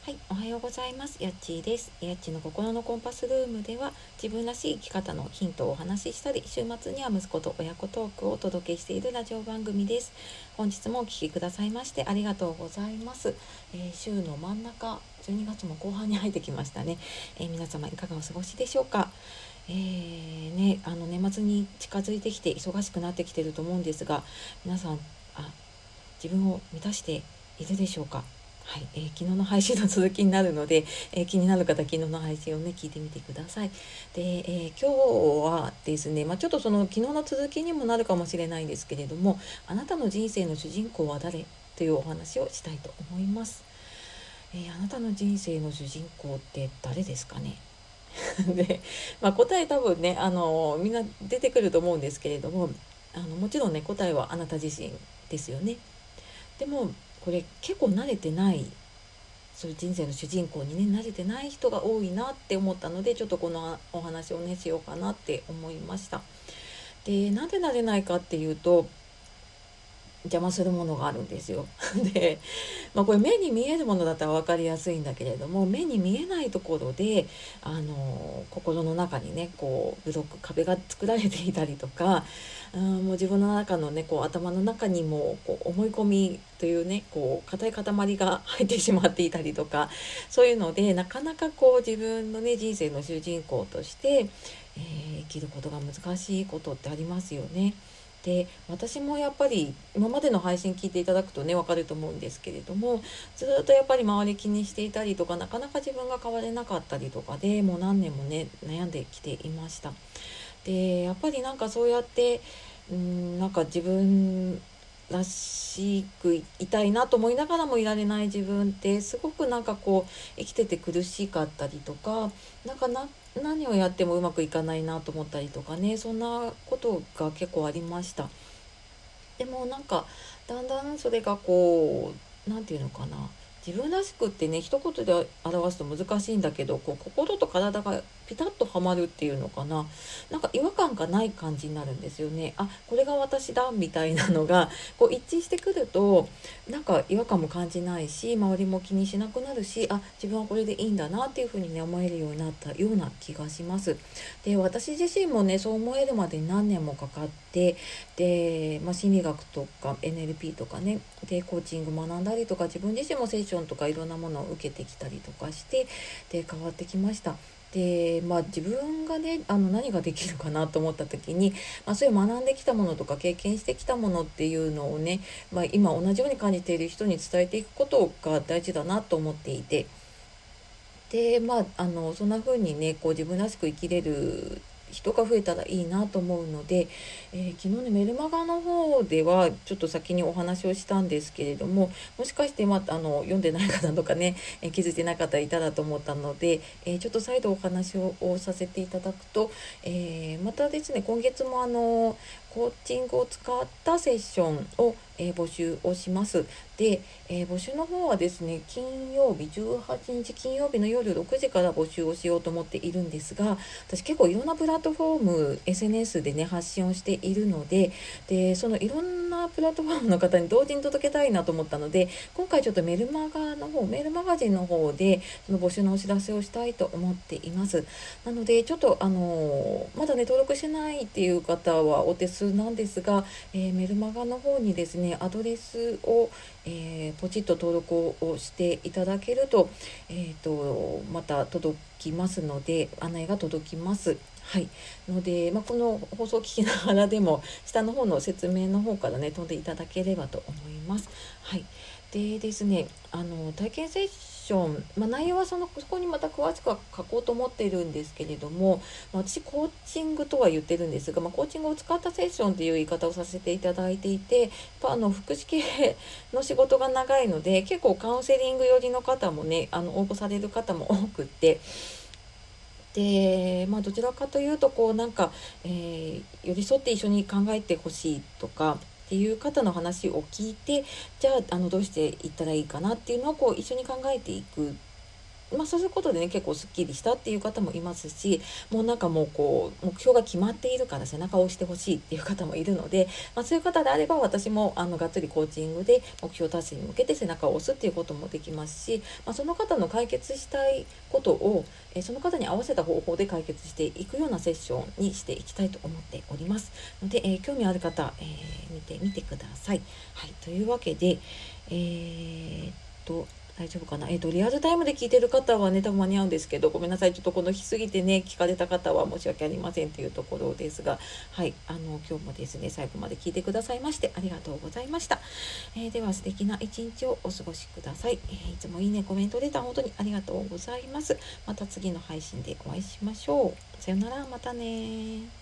はい、おはようございます。やっちーです。やっちの心のコンパスルームでは、自分らしい生き方のヒントをお話ししたり、週末には息子と親子トークをお届けしているラジオ番組です。本日もお聞きくださいましてありがとうございます。週の真ん中、12月も後半に入ってきましたね。皆様いかがお過ごしでしょうか。年末に近づいてきて忙しくなってきていると思うんですが、皆さん自分を満たしているでしょうか。はい、昨日の配信の続きになるので、気になる方昨日の配信をね聞いてみてください。で、今日はですね、ちょっとその昨日の続きにもなるかもしれないんですけれども、あなたの人生の主人公は誰というお話をしたいと思います。あなたの人生の主人公って誰ですかね。で、答え多分ねみんな出てくると思うんですけれども、もちろんね答えはあなた自身ですよね。でもこれ結構慣れてない、そういう人生の主人公にね慣れてない人が多いなって思ったので、ちょっとこのお話をねしようかなって思いました。で、なんで慣れないかっていうと、邪魔するものがあるんですよ。で、これ目に見えるものだったら分かりやすいんだけれども、目に見えないところで心の中にねこうブロック壁が作られていたりとか、もう自分の中のねこう頭の中にもこう思い込みというねこう硬い塊が入ってしまっていたりとか、そういうのでなかなかこう自分のね人生の主人公として、生きることが難しいことってありますよね。で、私もやっぱり今までの配信聞いていただくとね分かると思うんですけれども、ずっとやっぱり周り気にしていたりとか、なかなか自分が変われなかったりとかで、もう何年もね悩んできていました。で、やっぱりなんかそうやってなんか自分らしくいたいなと思いながらもいられない自分ってすごくなんかこう生きてて苦しかったりとか、何をやってもうまくいかないなと思ったりとかね、そんなことが結構ありました。でもなんかだんだんそれがこうなんていうのかな、自分らしくってね一言で表すと難しいんだけど、こう心と体がピタッとはまるっていうのかな、なんか違和感がない感じになるんですよね。あ、これが私だみたいなのがこう一致してくると、なんか違和感も感じないし、周りも気にしなくなるし、あ、自分はこれでいいんだなっていうふうにね思えるようになったような気がします。で、私自身もねそう思えるまで何年もかかって、で、心理学とか NLP とかねでコーチング学んだりとか、自分自身もセッションとかいろんなものを受けてきたりとかして、で変わってきました。で、自分がね何ができるかなと思った時に、そういう学んできたものとか経験してきたものっていうのをね、今同じように感じている人に伝えていくことが大事だなと思っていて、でそんな風にねこう自分らしく生きれる人が増えたらいいなと思うので、昨日ねメルマガの方ではちょっと先にお話をしたんですけれども、もしかして読んでない方とかね、気づいてなかったらいたらと思ったので、ちょっと再度お話をさせていただくと、またですね今月もコーチングを使ったセッションを、募集をします。で、募集の方はですね金曜日18日金曜日の夜6時から募集をしようと思っているんですが、私結構いろんなプラットフォーム SNS でね発信をしているので、そのいろんなプラットフォームの方に同時に届けたいなと思ったので、今回ちょっとメールマガジンの方でその募集のお知らせをしたいと思っています。なのでちょっとまだね登録してないっていう方はお手数なんですが、メルマガの方にですねアドレスを、ポチッと登録をしていただけると、また届きますので、案内が届きます。はい、ので、この放送を聞きながらでも下の方の説明の方からね飛んでいただければと思います。はい、でですね体験セッション、内容はそこにまた詳しくは書こうと思っているんですけれども、私コーチングとは言ってるんですが、コーチングを使ったセッションという言い方をさせていただいていて、福祉系の仕事が長いので結構カウンセリング寄りの方もね応募される方も多くって、で、どちらかというとこうなんか、寄り添って一緒に考えてほしいとかっていう方の話を聞いて、じゃあどうしていったらいいかなっていうのをこう一緒に考えていくそうすることでね結構すっきりしたっていう方もいますし、もうこう目標が決まっているから背中を押してほしいっていう方もいるので、そういう方であれば私もがっつりコーチングで目標達成に向けて背中を押すっていうこともできますし、その方の解決したいことを、その方に合わせた方法で解決していくようなセッションにしていきたいと思っておりますので、興味ある方、見てみてください。はい、というわけで大丈夫かな、リアルタイムで聞いてる方はね多分間に合うんですけど、ごめんなさい、ちょっとこの日過ぎてね聞かれた方は申し訳ありませんというところですが、はい、今日もですね最後まで聞いてくださいましてありがとうございました。では素敵な一日をお過ごしください。いつもいいねコメントレター本当にありがとうございます。また次の配信でお会いしましょう。さよなら、またね。